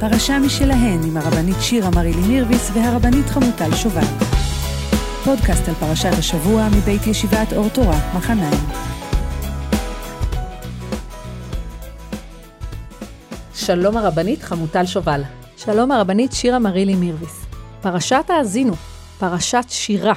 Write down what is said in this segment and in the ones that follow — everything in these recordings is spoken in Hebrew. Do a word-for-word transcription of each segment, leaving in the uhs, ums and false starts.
פרשה משלהן עם הרבנית שירה מרילי מירביס והרבנית חמוטל שובל. פודקאסט על פרשת השבוע מבית ישיבת אור תורה, מחניים. שלום הרבנית חמוטל שובל. שלום הרבנית שירה מרילי מירביס. פרשת האזינו, פרשת שירה.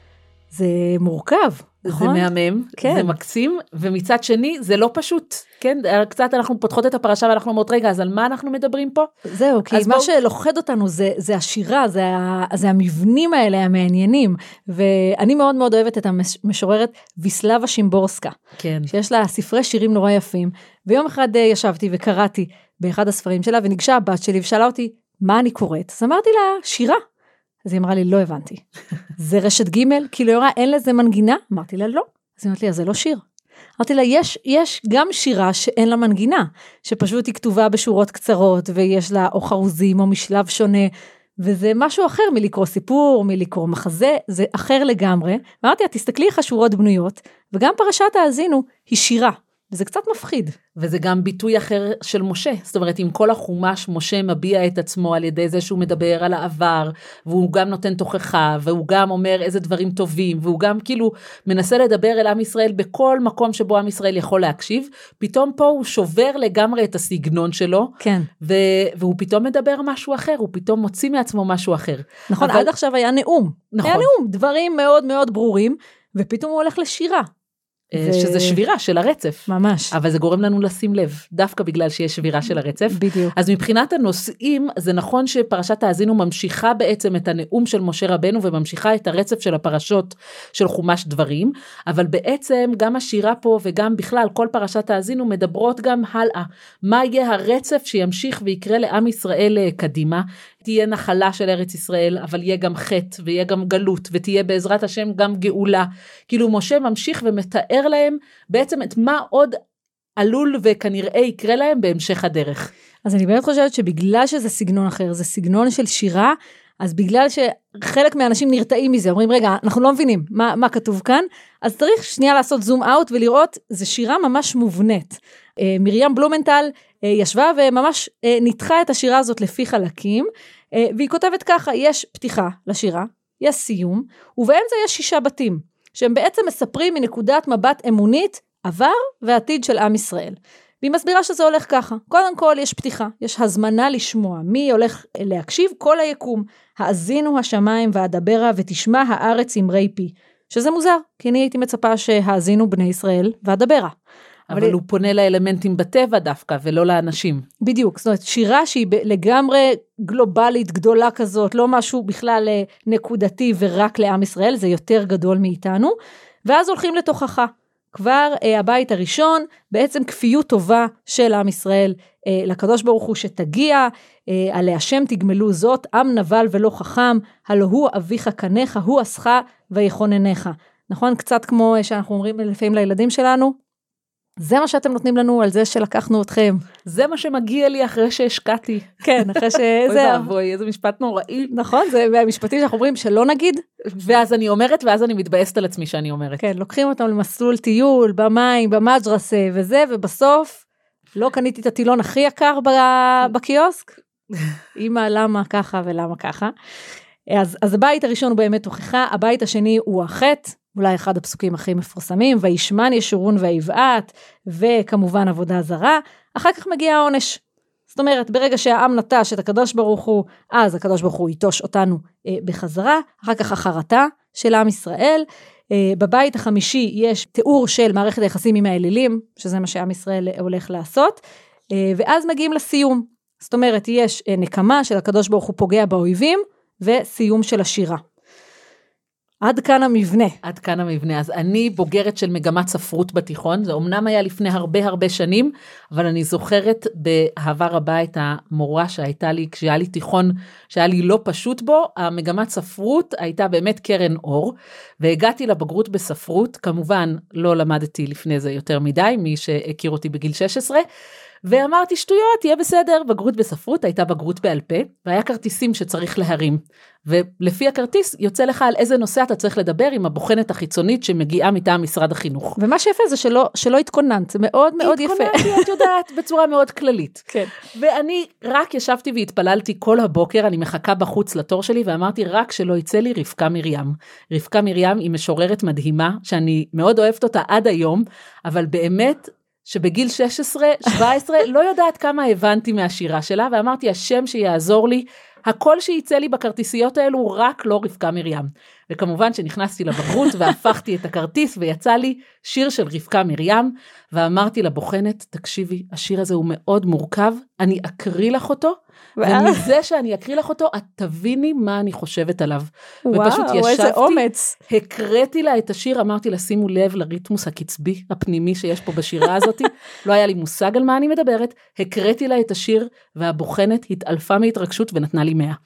זה מורכב, נכון? זה מהמם, כן. זה מקסים, ומצד שני זה לא פשוט, כן? קצת אנחנו פותחות את הפרשה ואנחנו אומרות, רגע, אז על מה אנחנו מדברים פה? זהו, כי מה בוא... שלוחד אותנו זה, זה השירה, זה, ה, זה המבנים האלה המעניינים, ואני מאוד מאוד אוהבת את המשוררת ויסלבה שימבורסקה, כן. שיש לה ספרי שירים נורא יפים, ויום אחד ישבתי וקראתי באחד הספרים שלה, וניגשה הבת שלי ושאלה אותי, מה אני קוראת? אז אמרתי לה, שירה. אז היא אמרה לי, לא הבנתי. זה רשת ג' כאילו יורה, אין לזה מנגינה? אמרתי לה, לא. אז היא אמרתי לי, אז זה לא שיר. אמרתי לה, יש, יש גם שירה שאין לה מנגינה, שפשוט היא כתובה בשורות קצרות, ויש לה או חרוזים או משלב שונה, וזה משהו אחר מלקרוא סיפור, מלקרוא מחזה, זה אחר לגמרי. אמרתי לה, תסתכלי איך השורות בנויות, וגם פרשת האזינו היא שירה. וזה קצת מפחיד. וזה גם ביטוי אחר של משה, זאת אומרת, עם כל החומש, משה מביע את עצמו על ידי זה שהוא מדבר על העבר, והוא גם נותן תוכחה, והוא גם אומר איזה דברים טובים, והוא גם כאילו מנסה לדבר אל עם ישראל בכל מקום שבו עם ישראל יכול להקשיב, פתאום פה הוא שובר לגמרי את הסגנון שלו, כן. ו- והוא פתאום מדבר משהו אחר, הוא פתאום מוציא מעצמו משהו אחר. נכון, אבל... עד עכשיו היה נאום. נכון. היה נאום, דברים מאוד מאוד ברורים, ופתאום הוא הולך לשירה. שזה שבירה של הרצף. ממש. אבל זה גורם לנו לשים לב, דווקא בגלל שיש שבירה של הרצף. בדיוק. אז מבחינת הנושאים, זה נכון שפרשת האזינו ממשיכה בעצם את הנאום של משה רבנו, וממשיכה את הרצף של הפרשות של חומש דברים, אבל בעצם גם השירה פה, וגם בכלל כל פרשת האזינו, מדברות גם הלאה. מה יהיה הרצף שימשיך ויקרה לעם ישראל קדימה? תהיה נחלה של ארץ ישראל, אבל יהיה גם חטא, ויהיה גם גלות, ותהיה בעזרת השם גם גאולה. כאילו משה ממשיך ומתאר להם בעצם את מה עוד עלול וכנראה יקרה להם בהמשך הדרך. אז אני באמת חושבת שבגלל שזה סגנון אחר, זה סגנון של שירה, אז בגלל שחלק מהאנשים נרתעים מזה, אומרים רגע, אנחנו לא מבינים מה, מה כתוב כאן, אז צריך שנייה לעשות זום אאוט ולראות, זה שירה ממש מובנית. מרים בלומנטל ישבה וממש ניתחה את השירה הזאת לפי חלקים, והיא כותבת ככה, יש פתיחה לשירה, יש סיום, ובאמצע יש שישה בתים, שהם בעצם מספרים מנקודת מבט אמונית, עבר ועתיד של עם ישראל. והיא מסבירה שזה הולך ככה, קודם כל יש פתיחה, יש הזמנה לשמוע, מי הולך להקשיב? כל היקום, האזינו השמיים והדברה ותשמע הארץ אמרי פי, שזה מוזר, כי אני הייתי מצפה שהאזינו בני ישראל והדברה. אבל הוא פונה לאלמנטים בטבע דווקא, ולא לאנשים. בדיוק, זאת אומרת, שירה שהיא לגמרי גלובלית, גדולה כזאת, לא משהו בכלל נקודתי ורק לעם ישראל, זה יותר גדול מאיתנו, ואז הולכים לתוכחה. כבר אה, הבית הראשון, בעצם כפיות טובה של עם ישראל, אה, לקדוש ברוך הוא שתגיע, אה, עלי השם תגמלו זאת, עם נבל ולא חכם, הלא הוא אביך קניך, הוא עשך ויכוננך. נכון? קצת כמו שאנחנו אומרים לפעמים לילדים שלנו, זה מה שאתם נותנים לנו על זה שלקחנו אתכם. זה מה שמגיע לי אחרי שהשקעתי. כן, אחרי שזה... אוי ואבוי, איזה משפט נוראי. נכון, זה המשפטים שאנחנו אומרים שלא נגיד. ואז אני אומרת, ואז אני מתבאסת על עצמי שאני אומרת. כן, לוקחים אותם למסלול טיול, במים, במג'רסה וזה, ובסוף לא קניתי את הטילון הכי יקר בקיוסק. אמא, למה ככה ולמה ככה. אז, אז הבית הראשון הוא באמת הוכחה, הבית השני הוא החטא, אולי אחד הפסוקים הכי מפורסמים, וישמן ישורון ויבעט, וכמובן עבודה זרה, אחר כך מגיע העונש. זאת אומרת, ברגע שהעם נטש את הקדוש ברוך הוא, אז הקדוש ברוך הוא יטוש אותנו אה, בחזרה, אחר כך החרטה של עם ישראל, אה, בבית החמישי יש תיאור של מערכת היחסים עם האלילים, שזה מה שעם ישראל הולך לעשות, אה, ואז מגיעים לסיום. זאת אומרת, יש אה, נקמה של הקדוש ברוך הוא פוגע באויבים, וסיום של השירה. עד כאן המבנה. עד כאן המבנה. אז אני בוגרת של מגמת ספרות בתיכון, זה אומנם היה לפני הרבה הרבה שנים, אבל אני זוכרת באהבה רבה את המורה שהייתה לי, כשהיה לי תיכון שהיה לי לא פשוט בו, המגמת ספרות הייתה באמת קרן אור, והגעתי לבגרות בספרות, כמובן לא למדתי לפני זה יותר מדי, מי שהכיר אותי בגיל שש עשרה, ואמרתי, שטויות, תהיה בסדר, בגרות בספרות, הייתה בגרות בעל פה, והיה כרטיסים שצריך להרים. ולפי הכרטיס, יוצא לך על איזה נושא אתה צריך לדבר עם הבוחנת החיצונית שמגיעה מטעם משרד החינוך. ומה שיפה זה שלא, שלא התכוננת, זה מאוד מאוד יפה. התכוננתי, את יודעת, בצורה מאוד כללית. כן. ואני רק ישבתי והתפללתי כל הבוקר, אני מחכה בחוץ לתור שלי, ואמרתי רק שלא יצא לי רבקה מרים. רבקה מרים היא משוררת מדהימה, שאני מאוד אוהבת אותה עד היום, אבל באמת, שבגיל שש עשרה, שבע עשרה, לא יודעת כמה הבנתי מהשירה שלה, ואמרתי, השם שיעזור לי, הכל שיצא לי בכרטיסיות האלו, רק לא רבקה מרים. וכמובן שנכנסתי לבגרות, והפכתי את הכרטיס, ויצא לי שיר של רבקה מרים, ואמרתי לבוחנת, תקשיבי, השיר הזה הוא מאוד מורכב, אני אקריא לך אותו, ומזה שאני אקריא לך אותו, את תביני מה אני חושבת עליו. ופשוט ישבתי, הקראתי לה את השיר, אמרתי לה, שימו לב לריתמוס הקצבי, הפנימי שיש פה בשירה הזאת, לא היה לי מושג על מה אני מדברת, הקראתי לה את השיר, והבוחנת התעלפה מהתרגשות ונתנה לי מאה.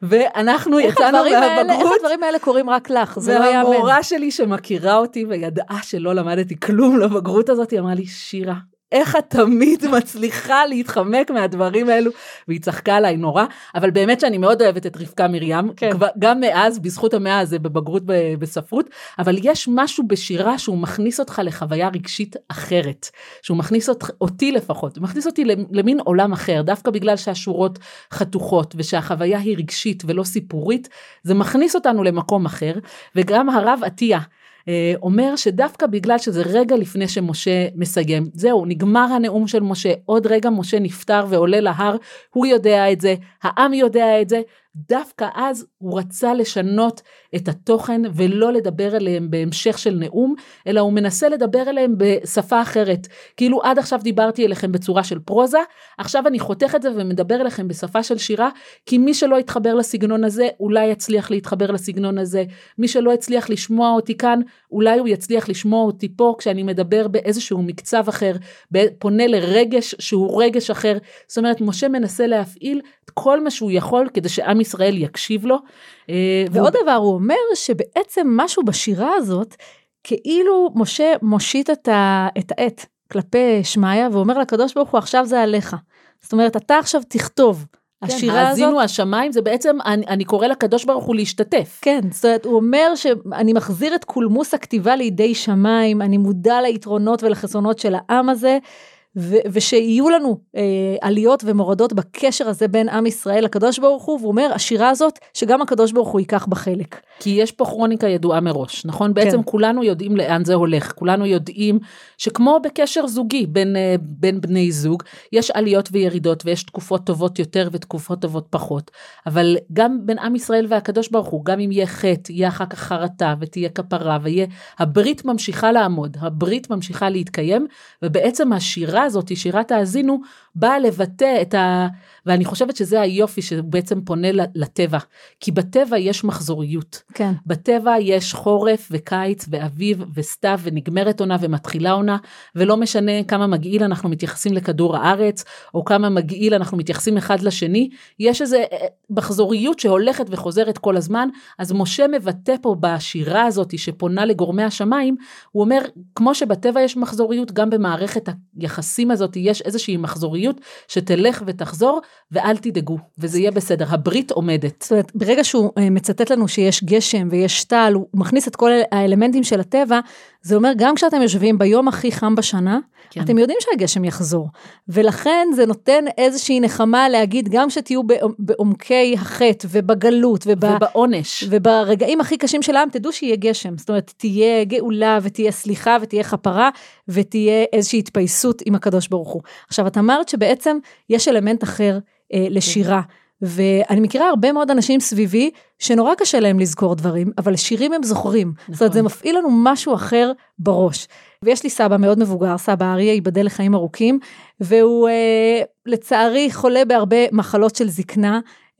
ואנחנו יצאנו מהבגרות. איך הדברים האלה קוראים רק לך? זה לא יאמן. והמורה שלי שמכירה אותי וידעה שלא למדתי כלום לבגרות הזאת, היא אמרה לי, שירה, איך את תמיד מצליחה להתחמק מהדברים האלו, והיא צחקה עליי נורא, אבל באמת שאני מאוד אוהבת את רבקה מרים, כן. גם מאז, בזכות המאה הזה בבגרות בספרות, אבל יש משהו בשירה שהוא מכניס אותך לחוויה רגשית אחרת, שהוא מכניס אותי לפחות, הוא מכניס אותי למין עולם אחר, דווקא בגלל שהשורות חתוכות, ושהחוויה היא רגשית ולא סיפורית, זה מכניס אותנו למקום אחר, וגם הרב עטיה, אומר שדווקא בגלל שזה רגע לפני שמשה מסיים, זהו, נגמר הנאום של משה, עוד רגע משה נפטר ועולה להר, הוא יודע את זה, העם יודע את זה, דווקא אז הוא רצה לשנות את התוכן ולא לדבר אליהם בהמשך של נאום, אלא הוא מנסה לדבר אליהם בשפה אחרת. כאילו עד עכשיו דיברתי אליכם בצורה של פרוזה, עכשיו אני חותך את זה ומדבר אליכם בשפה של שירה, כי מי שלא יתחבר לסגנון הזה, אולי יצליח להתחבר לסגנון הזה. מי שלא יצליח לשמוע אותי כאן, אולי הוא יצליח לשמוע אותי פה, כשאני מדבר באיזשהו מקצב אחר, פונה לרגש שהוא רגש אחר. זאת אומרת, משה מנסה להפעיל את כל מה שהוא יכול, כדי שעם ישראל יקשיב לו. ועוד דבר, הוא אומר שבעצם משהו בשירה הזאת, כאילו משה מושיט את העט כלפי שמעיה, ואומר לקדוש ברוך הוא, עכשיו זה עליך. זאת אומרת, אתה עכשיו תכתוב. כן, האזינו השמיים, זה בעצם, אני, אני קורא לקדוש ברוך הוא להשתתף. כן, זאת אומרת, הוא אומר שאני מחזיר את קולמוס הכתיבה לידי שמיים, אני מודע ליתרונות ולחסרונות של העם הזה, ו- ושיהיו לנו אה, עליות ומורדות בקשר הזה בין עם ישראל לקדוש ברוך הוא, והוא אומר, השירה הזאת, שגם הקדוש ברוך הוא ייקח בחלק. כי יש פה כרוניקה ידועה מראש, נכון? בעצם כן. כולנו יודעים לאן זה הולך, כולנו יודעים שכמו בקשר זוגי, בין, אה, בין בני זוג, יש עליות וירידות, ויש תקופות טובות יותר ותקופות טובות פחות, אבל גם בין עם ישראל והקדוש ברוך הוא, גם אם יהיה חטא, יהיה אחר כך חרטה, ותהיה כפרה, ויהיה, הברית ממשיכה לעמוד, הברית ממשיכה להתקיים, ובעצם השירה הזאת, שירת האזינו, באה לבטא את ה... ואני חושבת שזה היופי שבעצם פונה לטבע, כי בטבע יש מחזוריות. כן. בטבע יש חורף וקיץ ואביב וסתיו ונגמרת עונה ומתחילה עונה, ולא משנה כמה מגעיל אנחנו מתייחסים לכדור הארץ, או כמה מגעיל אנחנו מתייחסים אחד לשני, יש איזו מחזוריות שהולכת וחוזרת כל הזמן, אז משה מבטא פה בשירה הזאת שפונה לגורמי השמיים, הוא אומר, כמו שבטבע יש מחזוריות, גם במערכת היחסים הזאת יש איזושהי מחזוריות שתלך ותחזור, ואל תדאגו, וזה יהיה בסדר, הברית עומדת. זאת אומרת, ברגע שהוא מצטט לנו שיש גשם ויש טל, הוא מכניס את כל האלמנטים של הטבע, זה אומר גם כשאתם יושבים ביום הכי חם בשנה, כן. אתם יודעים שהגשם יחזור, ולכן זה נותן איזושהי נחמה להגיד, גם שתהיו בעומקי החטא ובגלות, ובא, ובעונש, וברגעים הכי קשים של העם, תדעו שיהיה גשם, זאת אומרת, תהיה גאולה ותהיה סליחה ותהיה חפרה, ותהיה איזושהי התפייסות עם הקדוש ברוך הוא. עכשיו, את אמרת שבעצם יש אלמנט אחר אה, לשירה, ואני מכירה הרבה מאוד אנשים סביבי, שנורא קשה להם לזכור דברים, אבל שירים הם זוכרים. נכון. זאת אומרת, זה מפעיל לנו משהו אחר בראש. ויש לי סבא מאוד מבוגר, סבא אריה, ייבדל לחיים ארוכים, והוא אה, לצערי חולה בהרבה מחלות של זקנה, אה,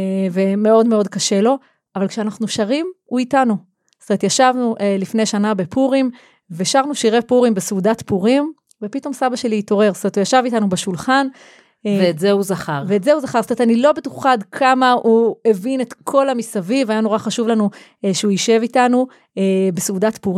ומאוד מאוד קשה לו, אבל כשאנחנו שרים, הוא איתנו. זאת אומרת, ישבנו אה, לפני שנה בפורים, ושרנו שירי פורים בסעודת פורים, ופתאום סבא שלי התעורר, זאת אומרת, הוא ישב איתנו בשולחן, ואת זה הוא זכר. ואת זה הוא זכר, זאת אומרת, אני לא בטוחה עד כמה הוא הבין את כל המסביב, היה נורא חשוב לנו שהוא יישב איתנו בסעודת פורים,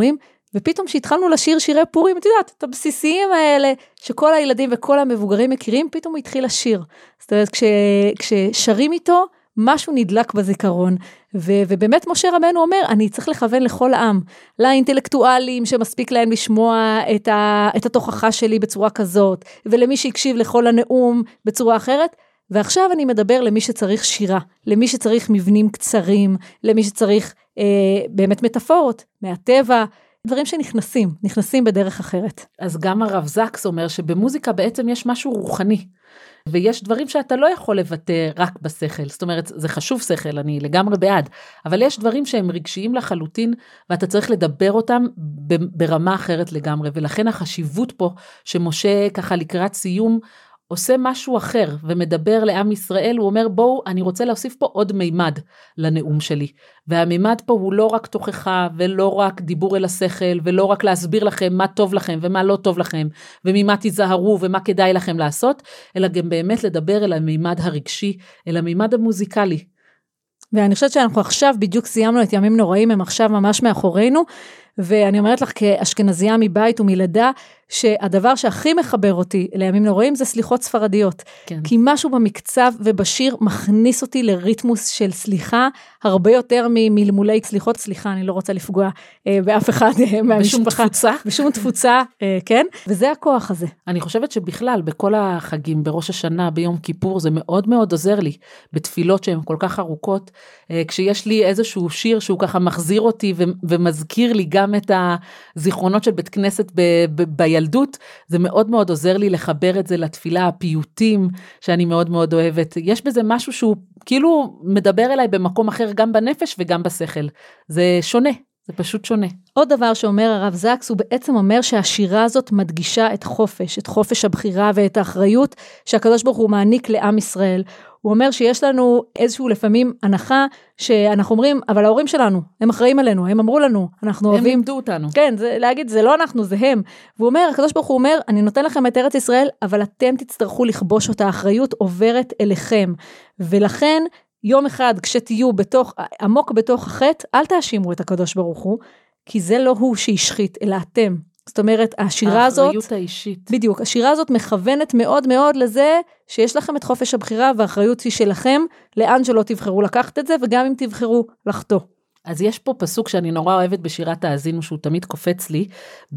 ופתאום שהתחלנו לשיר שירי פורים, את יודעת, את הבסיסיים האלה, שכל הילדים וכל המבוגרים מכירים, פתאום הוא התחיל לשיר. זאת אומרת, כש, כששרים איתו, משהו נדלק בזיכרון, ו- ובאמת משה רבנו אומר, אני צריך לכוון לכל העם, לאינטלקטואלים שמספיק להם לשמוע את, ה- את התוכחה שלי בצורה כזאת, ולמי שהקשיב לכל הנאום בצורה אחרת, ועכשיו אני מדבר למי שצריך שירה, למי שצריך מבנים קצרים, למי שצריך אה, באמת מטאפורות, מהטבע, דברים שנכנסים, נכנסים בדרך אחרת. אז גם הרב זקס אומר שבמוזיקה בעצם יש משהו רוחני, ויש דברים שאתה לא יכול לבטא רק בשכל, זאת אומרת, זה חשוב שכל, אני לגמרי בעד, אבל יש דברים שהם רגשיים לחלוטין, ואתה צריך לדבר אותם ברמה אחרת לגמרי, ולכן החשיבות פה, שמשה ככה לקראת סיום, עושה משהו אחר, ומדבר לעם ישראל, הוא אומר, בואו, אני רוצה להוסיף פה עוד מימד לנאום שלי, והמימד פה הוא לא רק תוכחה, ולא רק דיבור אל השכל, ולא רק להסביר לכם מה טוב לכם, ומה לא טוב לכם, וממה תיזהרו, ומה כדאי לכם לעשות, אלא גם באמת לדבר אל המימד הרגשי, אל המימד המוזיקלי. ואני חושבת שאנחנו עכשיו בדיוק סיימנו את ימים נוראים, הם עכשיו ממש מאחורינו, ואני אומרת לך כאשכנזייה מבית ומלידה, שהדבר שהכי מחבר אותי לימים נוראים זה סליחות ספרדיות. כן. כי משהו במקצב ובשיר מכניס אותי לריתמוס של סליחה, הרבה יותר ממלמולי סליחות, סליחה, אני לא רוצה לפגוע אה, באף אחד אה, מהמשפחה. בשום תפוצה. בשום תפוצה, אה, כן? וזה הכוח הזה. אני חושבת שבכלל, בכל החגים, בראש השנה, ביום כיפור, זה מאוד מאוד עוזר לי, בתפילות שהן כל כך ארוכות, אה, כשיש לי איזשהו שיר שהוא ככה מחזיר אותי, ו- ומזכיר לי גם את הזיכרונות של בית כנסת ב- ב- בילדות, זה מאוד מאוד עוזר לי לחבר את זה לתפילה, הפיוטים, שאני מאוד מאוד אוהבת. יש בזה משהו שהוא כאילו מדבר אליי במקום אחר, גם בנפש וגם בשכל. זה שונה, זה פשוט שונה. עוד דבר שאומר הרב זקס, הוא בעצם אומר שהשירה הזאת מדגישה את חופש, את חופש הבחירה ואת האחריות שהקדוש ברוך הוא מעניק לעם ישראל. הוא אומר שיש לנו איזשהו לפעמים הנחה שאנחנו אומרים, אבל ההורים שלנו, הם אחראים עלינו, הם אמרו לנו, אנחנו אוהבים. הם לימדו אותנו. כן, זה להגיד, זה לא אנחנו, זה הם. והוא אומר, הקדוש ברוך הוא אומר, אני נותן לכם את ארץ ישראל, אבל אתם תצטרכו לכבוש אותה, האחריות עוברת אליכם. ולכן, יום אחד כשתהיו בתוך, עמוק בתוך החטא, אל תאשימו את הקדוש ברוך הוא, כי זה לא הוא שישחית, אלא אתם. זאת אומרת, השירה הזאת, האחריות האישית. בדיוק, השירה הזאת מכוונת מאוד מאוד לזה, שיש לכם את חופש הבחירה, והאחריות היא שלכם, לאן שלא תבחרו לקחת את זה, וגם אם תבחרו לחטוא. אז יש פה פסוק שאני נורא אוהבת בשירת האזינו, שהוא תמיד קופץ לי,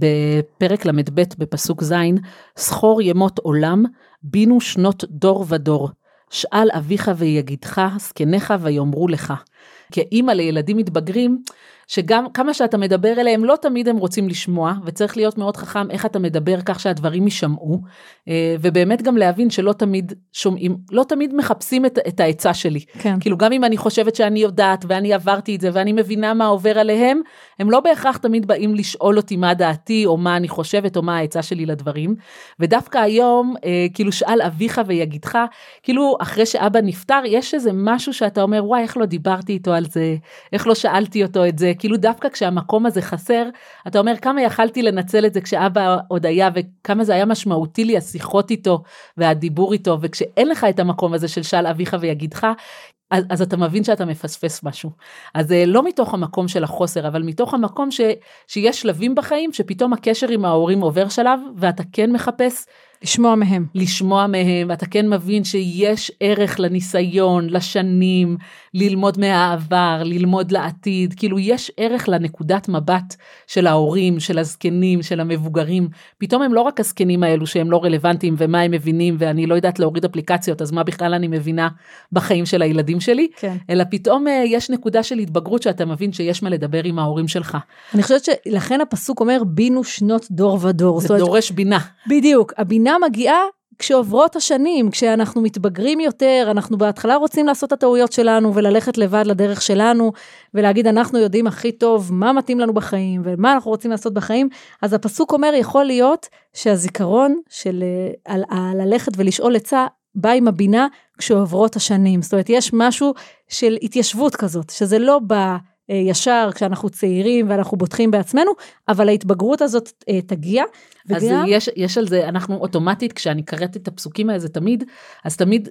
בפרק למד ב' בפסוק זין, זכור ימות עולם, בינו שנות דור ודור, שאל אביך ויגידך, זקניך ויאמרו לך. כאימא לילדים מתבגרים, שגם כמה שאתה מדבר אליהם, לא תמיד הם רוצים לשמוע, וצריך להיות מאוד חכם איך אתה מדבר כך שהדברים יישמעו, ובאמת גם להבין שלא תמיד שומעים, לא תמיד מחפשים את, את העצה שלי. כן. כאילו גם אם אני חושבת שאני יודעת, ואני עברתי את זה, ואני מבינה מה עובר עליהם, הם לא בהכרח תמיד באים לשאול אותי מה דעתי, או מה אני חושבת, או מה העצה שלי לדברים. ודווקא היום, כאילו שאל אביך ויגידך, כאילו אחרי שאבא נפטר, יש איזה משהו שאתה אומר, וואי, איך לא דיברתי איתו על זה, איך לא שאלתי אותו את זה, כאילו דווקא כשהמקום הזה חסר, אתה אומר כמה יכלתי לנצל את זה כשאבא עוד היה, וכמה זה היה משמעותי לי השיחות איתו, והדיבור איתו, וכשאין לך את המקום הזה של שאל אביך ויגידך, אז, אז אתה מבין שאתה מפספס משהו. אז זה לא מתוך המקום של החוסר, אבל מתוך המקום ש, שיש שלבים בחיים, שפתאום הקשר עם ההורים עובר שלב, ואתה כן מחפש, לשמוע מהם. לשמוע מהם, ואתה כן מבין שיש ערך לניסיון, לשנים, ללמוד מהעבר, ללמוד לעתיד, כאילו יש ערך לנקודת מבט של ההורים, של הזקנים, של המבוגרים, פתאום הם לא רק הזקנים האלו שהם לא רלוונטיים ומה הם מבינים, ואני לא יודעת להוריד אפליקציות, אז מה בכלל אני מבינה בחיים של הילדים שלי, כן. אלא פתאום יש נקודה של התבגרות שאתה מבין שיש מה לדבר עם ההורים שלך. אני חושבת שלכן הפסוק אומר, בינו שנות דור ודור. זה דורש בינה. בדיוק, הבינה מגיעה כשעוברות השנים, כשאנחנו מתבגרים יותר, אנחנו בהתחלה רוצים לעשות את הטעויות שלנו, וללכת לבד לדרך שלנו, ולהגיד אנחנו יודעים הכי טוב מה מתאים לנו בחיים, ומה אנחנו רוצים לעשות בחיים, אז הפסוק אומר, יכול להיות שהזיכרון של על, על ללכת ולשאול עצה, בא עם הבינה כשעוברות השנים, זאת אומרת יש משהו של התיישבות כזאת, שזה לא בא ישר כשאנחנו צעירים ואנחנו בוטחים בעצמנו, אבל ההתבגרות הזאת תגיע. אז וגם... יש, יש על זה, אנחנו אוטומטית, כשאני קראתי את הפסוקים האלה תמיד, אז תמיד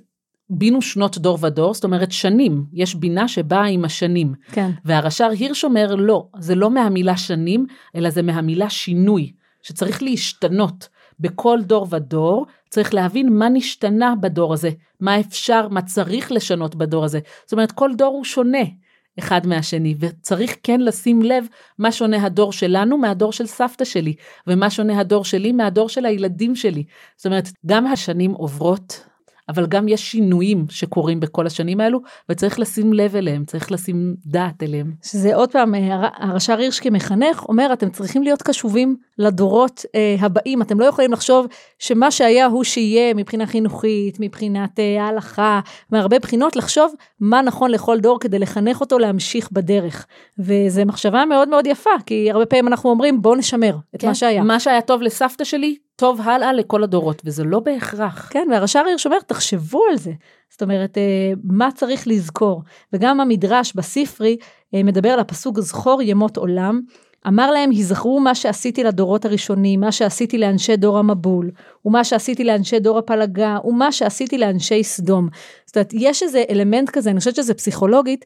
בינו שנות דור ודור, זאת אומרת שנים, יש בינה שבאה עם השנים. כן. והרש"ר הירש אומר, לא, זה לא מהמילה שנים, אלא זה מהמילה שינוי, שצריך להשתנות בכל דור ודור, צריך להבין מה נשתנה בדור הזה, מה אפשר, מה צריך לשנות בדור הזה. זאת אומרת, כל דור הוא שונה אחד מהשני, וצריך כן לשים לב מה שונה הדור שלנו מהדור של סבתא שלי, ומה שונה הדור שלי מהדור של הילדים שלי. זאת אומרת, גם השנים עוברות, אבל גם יש שינויים שקורים בכל השנים האלו, וצריך לשים לב אליהם, צריך לשים דעת אליהם. שזה עוד פעם, הרש"ר הירש כמחנך אומר, אתם צריכים להיות קשובים לדורות אה, הבאים, אתם לא יכולים לחשוב שמה שהיה הוא שיהיה מבחינה חינוכית, מבחינת אה, ההלכה, מהרבה בחינות, לחשוב מה נכון לכל דור כדי לחנך אותו להמשיך בדרך. וזו מחשבה מאוד מאוד יפה, כי הרבה פעמים אנחנו אומרים, בואו נשמר את כן, מה שהיה. מה שהיה טוב לסבתא שלי, טוב הלאה לכל הדורות, וזה לא בהכרח. כן, והרש"ר הירש אומר, תחשבו על זה. זאת אומרת, מה צריך לזכור? וגם המדרש בספרי מדבר על הפסוק זכור ימות עולם, אמר להם, היזכרו מה שעשיתי לדורות הראשונים, מה שעשיתי לאנשי דור המבול, ומה שעשיתי לאנשי דור הפלגה, ומה שעשיתי לאנשי סדום. זאת אומרת, יש איזה אלמנט כזה, אני חושבת שזה פסיכולוגית,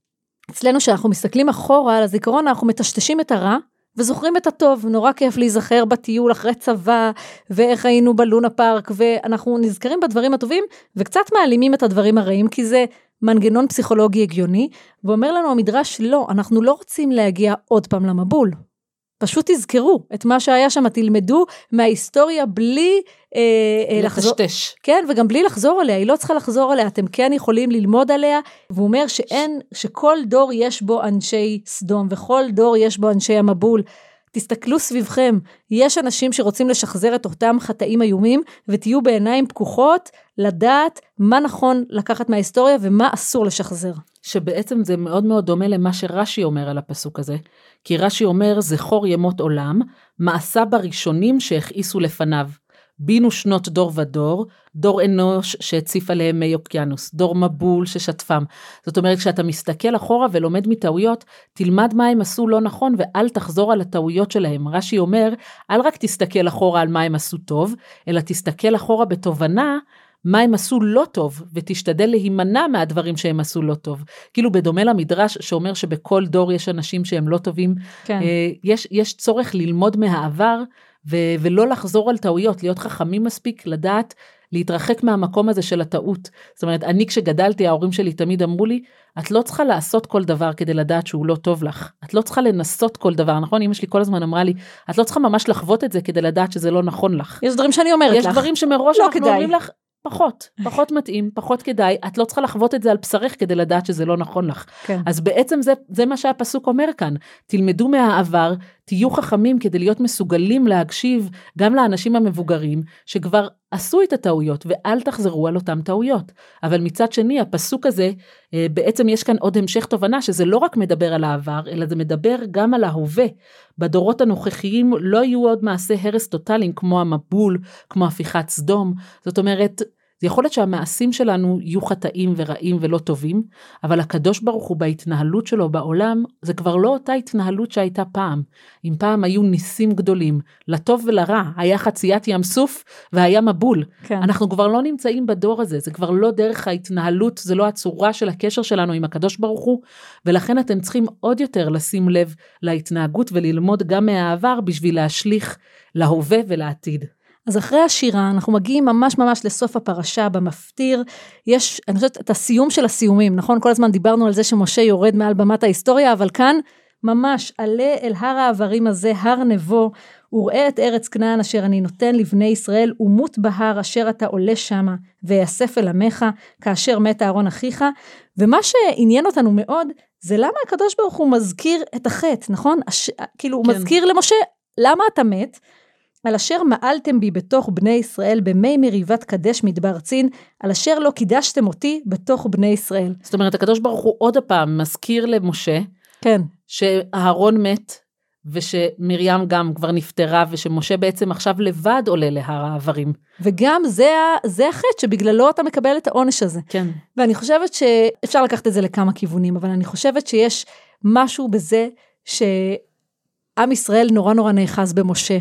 אצלנו שאנחנו מסתכלים אחורה על הזיכרון, אנחנו מטשטשים את הרע, וזוכרים את הטוב, נורא כיף להיזכר בטיול אחרי צבא, ואיך היינו בלונה פארק, ואנחנו נזכרים בדברים הטובים, וקצת מעלימים את הדברים הרעים, כי זה מנגנון פסיכולוגי הגיוני, ואומר לנו המדרש, לא, אנחנו לא רוצים להגיע עוד פעם למבול. פשוט תזכרו את מה שהיה שם, תלמדו מההיסטוריה בלי אה, לחזור. לטשטש. כן, וגם בלי לחזור עליה, היא לא צריכה לחזור עליה, אתם כן יכולים ללמוד עליה, והוא אומר שאין, שכל דור יש בו אנשי סדום, וכל דור יש בו אנשי המבול. תסתכלו סביבכם, יש אנשים שרוצים לשחזר את אותם חטאים איומים, ותהיו בעיניים פקוחות, לדעת מה נכון לקחת מההיסטוריה, ומה אסור לשחזר. שבעצם זה מאוד מאוד דומה למה שרש"י אומר על הפסוק הזה, כי רש"י אומר, זכור ימות עולם, מעשה בראשונים שהכעיסו לפניו, בינו שנות דור ודור, דור אנוש שהציף עליהם מי אוקיינוס, דור מבול ששטפם. זאת אומרת, כשאתה מסתכל אחורה ולומד מטעויות, תלמד מה הם עשו לא נכון, ואל תחזור על הטעויות שלהם. רש"י אומר, אל רק תסתכל אחורה על מה הם עשו טוב, אלא תסתכל אחורה בתובנה, מה הם עשו לא טוב, ותשתדל להימנע מהדברים שהם עשו לא טוב. כאילו בדומה למדרש שאומר שבכל דור יש אנשים שהם לא טובים, כן. יש, יש צורך ללמוד מהעבר, ו- ולא לחזור על טעויות, להיות חכמים מספיק, לדעת, להתרחק מהמקום הזה של הטעות. זאת אומרת, אני כשגדלתי, ההורים שלי תמיד אמרו לי, את לא צריכה לעשות כל דבר כדי לדעת שהוא לא טוב לך. את לא צריכה לנסות כל דבר, נכון? אמא שלי כל הזמן אמרה לי, את לא צריכה ממש לחוות את זה כדי לדעת שזה לא נכון לך. יש דברים שאני אומרת יש לך. יש דברים שמראש לא אנחנו כדאי. אומרים לך, פחות, פחות מתאים, פחות כדאי, את לא צריכה לחוות את זה על בשרך כדי לדעת שזה לא נכון לך. כן. אז בעצם זה, זה מה שהפסוק אומר כאן, תלמדו מהעבר, תהיו חכמים כדי להיות מסוגלים להקשיב גם לאנשים המבוגרים, שכבר עשו את הטעויות, ואל תחזרו על אותם טעויות. אבל מצד שני, הפסוק הזה, בעצם יש כאן עוד המשך תובנה, שזה לא רק מדבר על העבר, אלא זה מדבר גם על ההווה. בדורות הנוכחיים לא יהיו עוד מעשי הרס טוטליים, כמו המבול, כמו הפיכת סדום. זאת אומרת, זה יכול להיות שהמעשים שלנו יהיו חטאים ורעים ולא טובים, אבל הקדוש ברוך הוא בהתנהלות שלו בעולם, זה כבר לא אותה התנהלות שהייתה פעם. אם פעם היו ניסים גדולים, לטוב ולרע, היה חציית ים סוף והיה מבול. כן. אנחנו כבר לא נמצאים בדור הזה, זה כבר לא דרך ההתנהלות, זה לא הצורה של הקשר שלנו עם הקדוש ברוך הוא, ולכן אתם צריכים עוד יותר לשים לב להתנהגות וללמוד גם מהעבר בשביל להשליך להווה ולעתיד. אז אחרי השירה, אנחנו מגיעים ממש ממש לסוף הפרשה, במפטיר, יש, אני חושבת, את הסיום של הסיומים, נכון? כל הזמן דיברנו על זה שמשה יורד מעל במת ההיסטוריה, אבל כאן, ממש, עלה אל הר העברים הזה, הר נבו, וראה את ארץ כנען אשר אני נותן לבני ישראל, ומות בהר אשר אתה עולה שמה, ויאסף אל עמך, כאשר מת אהרון אחיך, ומה שעניין אותנו מאוד, זה למה הקדוש ברוך הוא מזכיר את החטא, נכון? הש... כאילו, הוא כן. מזכיר למשה, למה אתה מת? על אשר מעלתם בי בתוך בני ישראל, במי מריבת קדש מדבר צין, על אשר לא קידשתם אותי בתוך בני ישראל. זאת אומרת, הקדוש ברוך הוא עוד הפעם מזכיר למשה, כן. שאהרון מת, ושמרים גם כבר נפטרה, ושמשה בעצם עכשיו לבד עולה להר העברים. וגם זה, זה החטא שבגללו אתה מקבל את העונש הזה. כן. ואני חושבת שאפשר לקחת את זה לכמה כיוונים, אבל אני חושבת שיש משהו בזה שעם ישראל נורא נורא נאחז במשה,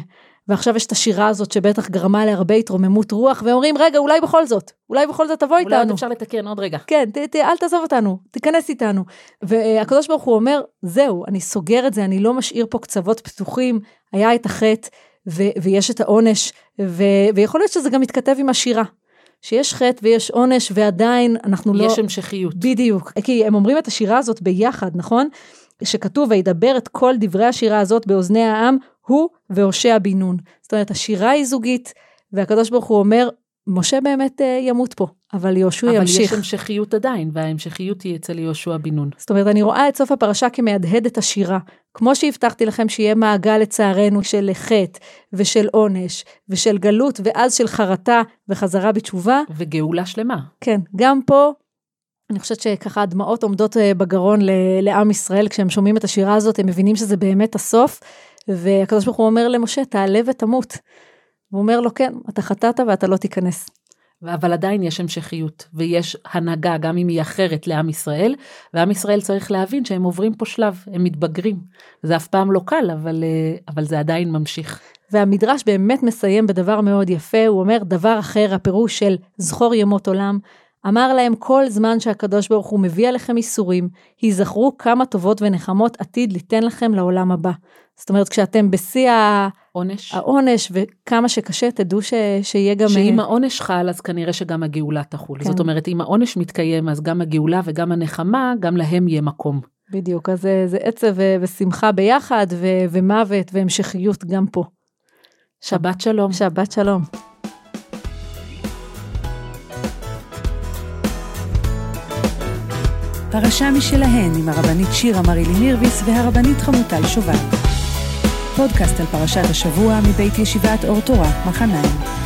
ועכשיו יש את השירה הזאת שבטח גרמה להרבה התרוממות רוח, ואומרים, רגע, אולי בכל זאת, אולי בכל זאת תבוא איתנו. אולי עוד אפשר לתקן עוד רגע. כן, ת, ת, אל תעזוב אותנו, תיכנס איתנו. והקדוש ברוך הוא אומר, זהו, אני סוגר את זה, אני לא משאיר פה קצוות פתוחים, היה את החטא, ו- ויש את העונש, ו- ויכול להיות שזה גם מתכתב עם השירה. שיש חטא ויש עונש, ועדיין אנחנו לא... יש המשכיות. בדיוק, כי הם אומרים את השירה הזאת ביחד, נכון? שכתוב, וידבר את כל דברי השירה הזאת באוזני העם, הוא והושע בן נון. זאת אומרת, השירה היא זוגית, והקדוש ברוך הוא אומר, משה באמת ימות פה, אבל יהושע ימשיך. אבל יש המשכיות עדיין, וההמשכיות היא אצל יהושע בן נון. זאת אומרת, אני רואה את סוף הפרשה כמהדהד את השירה, כמו שהבטחתי לכם שיהיה מעגל לצערנו של חטא, ושל עונש, ושל גלות, ואז של חרטה וחזרה בתשובה. וגאולה שלמה. כן, גם פה, אני חושבת שככה הדמעות עומדות בגרון לעם ישראל, כשהם שומעים את השירה הזאת, הם מבינים שזה באמת הסוף, והקדוש ברוך הוא אומר למשה, תעלה ותמות. הוא אומר לו, כן, אתה חטאת ואתה לא תיכנס. אבל עדיין יש המשכיות, ויש הנהגה, גם אם היא אחרת לעם ישראל, ועם ישראל צריך להבין שהם עוברים פה שלב, הם מתבגרים. זה אף פעם לא קל, אבל, אבל זה עדיין ממשיך. והמדרש באמת מסיים בדבר מאוד יפה, הוא אומר דבר אחר, הפירוש של זכור ימות עולם, אמר להם כל זמן שהקדוש ברוך הוא מביא עליכם איסורים, היזכרו כמה טובות ונחמות עתיד ליתן לכם לעולם הבא. זאת אומרת, כשאתם בשיא העונש, העונש וכמה שקשה, תדעו ש... שיהיה גם... שאם העונש חל, אז כנראה שגם הגאולה תחול. כן. זאת אומרת, אם העונש מתקיים, אז גם הגאולה וגם הנחמה, גם להם יהיה מקום. בדיוק, אז זה, זה עצב ו... ושמחה ביחד, ו... ומוות והמשכיות גם פה. שבת שלום. שבת שלום. פרשה משלהן עם הרבנית שירה מרילי מירביס והרבנית חמוטל שובל. פודקאסט על פרשת השבוע מבית ישיבת אור תורה מחניים.